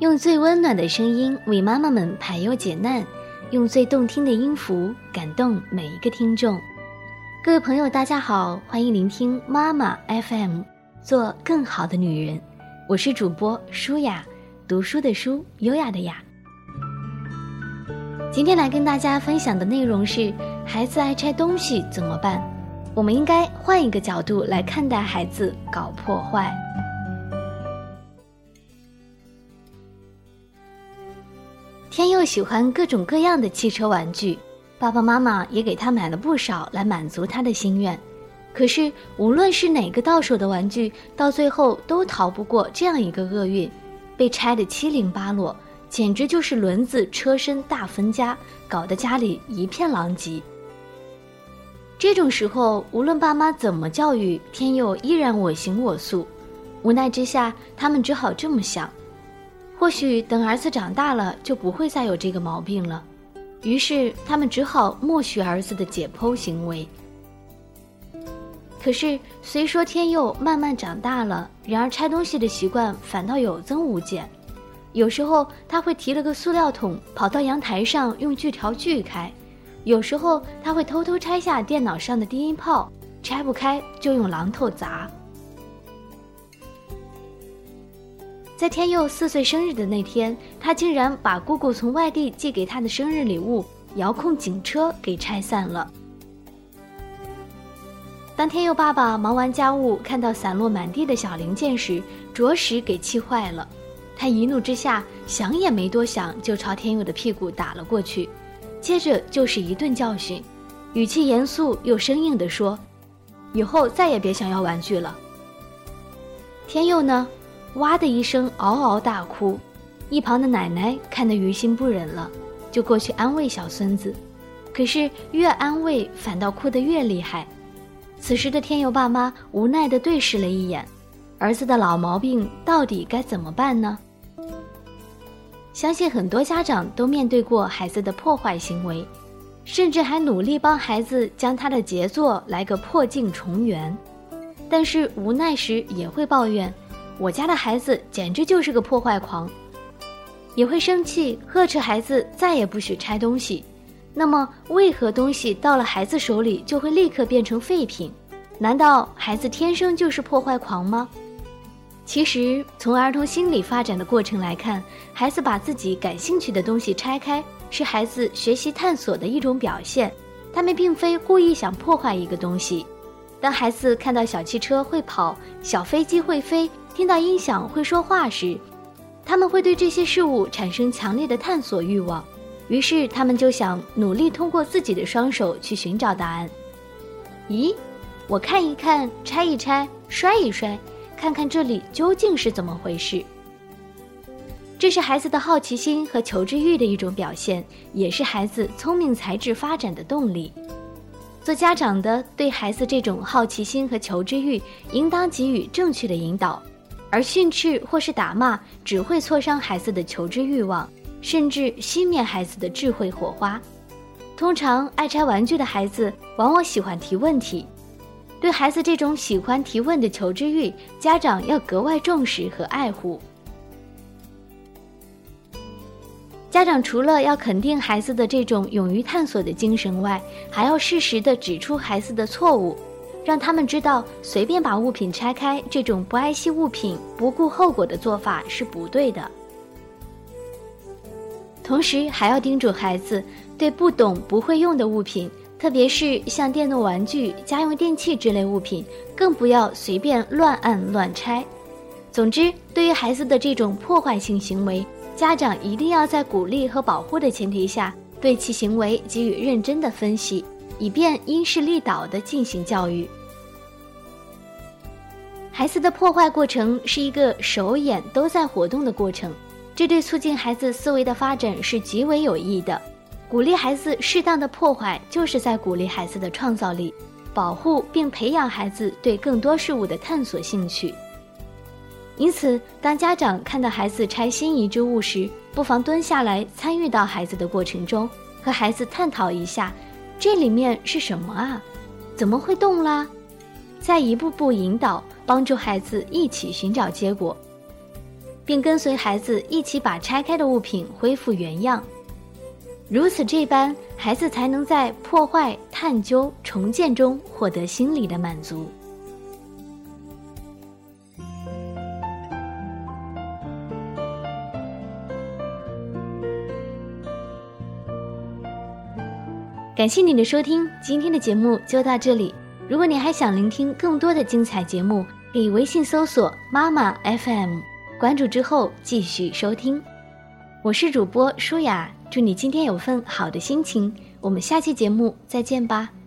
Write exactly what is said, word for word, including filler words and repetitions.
用最温暖的声音为妈妈们排忧解难，用最动听的音符感动每一个听众。各位朋友大家好，欢迎聆听妈妈 F M， 做更好的女人。我是主播舒雅，读书的书，优雅的雅。今天来跟大家分享的内容是，孩子爱拆东西怎么办？我们应该换一个角度来看待孩子搞破坏。天佑喜欢各种各样的汽车玩具，爸爸妈妈也给他买了不少来满足他的心愿。可是无论是哪个到手的玩具，到最后都逃不过这样一个厄运，被拆得七零八落，简直就是轮子车身大分家，搞得家里一片狼藉。这种时候，无论爸妈怎么教育，天佑依然我行我素。无奈之下，他们只好这么想，或许等儿子长大了，就不会再有这个毛病了。于是他们只好默许儿子的解剖行为。可是虽说天佑慢慢长大了，然而拆东西的习惯反倒有增无减。有时候他会提了个塑料桶，跑到阳台上用锯条锯开；有时候他会偷偷拆下电脑上的低音炮，拆不开就用榔头砸。在天佑四岁生日的那天，他竟然把姑姑从外地寄给他的生日礼物遥控警车给拆散了。当天佑爸爸忙完家务，看到散落满地的小零件时，着实给气坏了。他一怒之下，想也没多想，就朝天佑的屁股打了过去，接着就是一顿教训，语气严肃又生硬地说：“以后再也别想要玩具了。”天佑呢，哇的一声嗷嗷大哭，一旁的奶奶看得于心不忍了，就过去安慰小孙子。可是越安慰反倒哭得越厉害。此时的天佑爸妈无奈地对视了一眼，儿子的老毛病到底该怎么办呢？相信很多家长都面对过孩子的破坏行为，甚至还努力帮孩子将他的杰作来个破镜重圆，但是无奈时也会抱怨，我家的孩子简直就是个破坏狂，也会生气呵斥孩子再也不许拆东西。那么为何东西到了孩子手里就会立刻变成废品？难道孩子天生就是破坏狂吗？其实从儿童心理发展的过程来看，孩子把自己感兴趣的东西拆开，是孩子学习探索的一种表现。他们并非故意想破坏一个东西。当孩子看到小汽车会跑，小飞机会飞，听到音响会说话时，他们会对这些事物产生强烈的探索欲望，于是他们就想努力通过自己的双手去寻找答案。咦，我看一看，拆一拆，摔一摔，看看这里究竟是怎么回事。这是孩子的好奇心和求知欲的一种表现，也是孩子聪明才智发展的动力。做家长的对孩子这种好奇心和求知欲应当给予正确的引导，而训斥或是打骂只会挫伤孩子的求知欲望，甚至熄灭孩子的智慧火花。通常爱拆玩具的孩子往往喜欢提问题，对孩子这种喜欢提问的求知欲，家长要格外重视和爱护。家长除了要肯定孩子的这种勇于探索的精神外，还要适时地指出孩子的错误，让他们知道随便把物品拆开这种不爱惜物品、不顾后果的做法是不对的。同时还要叮嘱孩子，对不懂不会用的物品，特别是像电动玩具、家用电器之类物品，更不要随便乱按乱拆。总之，对于孩子的这种破坏性行为，家长一定要在鼓励和保护的前提下，对其行为给予认真的分析，以便因势利导地进行教育。孩子的破坏过程是一个手眼都在活动的过程，这对促进孩子思维的发展是极为有益的。鼓励孩子适当的破坏，就是在鼓励孩子的创造力，保护并培养孩子对更多事物的探索兴趣。因此，当家长看到孩子拆心仪之物时，不妨蹲下来参与到孩子的过程中，和孩子探讨一下，这里面是什么啊？怎么会动啦？再一步步引导，帮助孩子一起寻找结果。 并跟随孩子一起把拆开的物品恢复原样。如此这般，孩子才能在破坏、探究、重建中获得心理的满足。感谢你的收听，今天的节目就到这里。如果你还想聆听更多的精彩节目，可以微信搜索妈妈 F M， 关注之后继续收听。我是主播舒雅，祝你今天有份好的心情，我们下期节目再见吧。